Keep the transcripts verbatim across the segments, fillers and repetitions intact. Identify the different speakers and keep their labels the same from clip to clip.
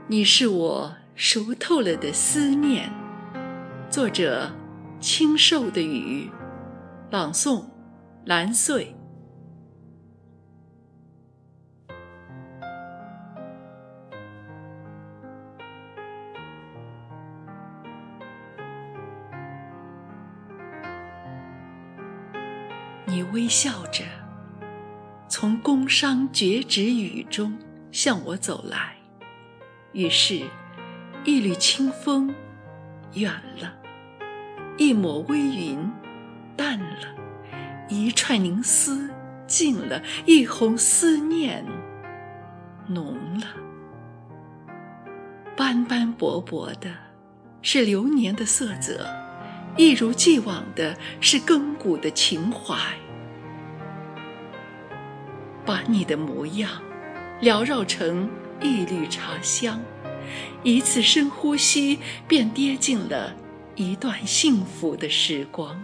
Speaker 1: 你是我熟透了的思念。作者：清瘦的雨，朗诵：蓝穗。你微笑着，从宫商角徵羽中向我走来，于是，一缕清风远了，一抹微云淡了，一串凝丝静了，一泓思念浓了。斑斑驳驳的是流年的色泽，一如既往的是亘古的情怀。把你的模样缭绕成一缕茶香，一次深呼吸便跌进了一段幸福的时光。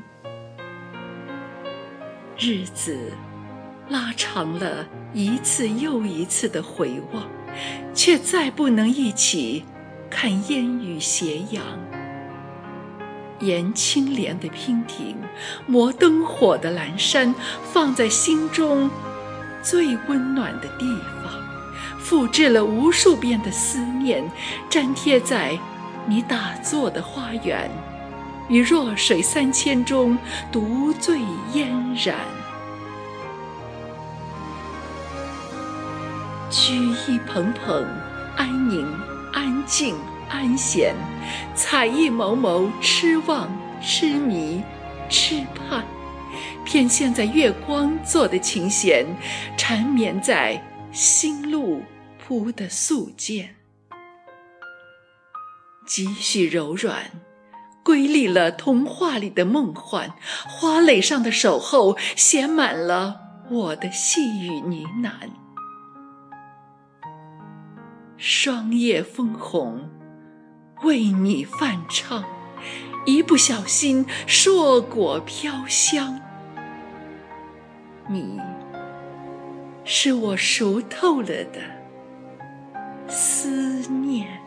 Speaker 1: 日子拉长了一次又一次的回望，却再不能一起看烟雨斜阳。沿青莲的娉婷，磨灯火的阑珊，放在心中最温暖的地方，复制了无数遍的思念，粘贴在你打坐的花园，于弱水三千中独醉嫣然。曲意蓬蓬，安宁安静安闲，彩意眸眸，痴望痴迷痴盼，偏陷在月光做的琴弦，缠绵在心路铺的素笺。几许柔软，瑰丽了童话里的梦幻，花蕾上的守候，写满了我的细语呢喃。霜叶枫红，为你泛唱，一不小心硕果飘香。你是我熟透了的思念。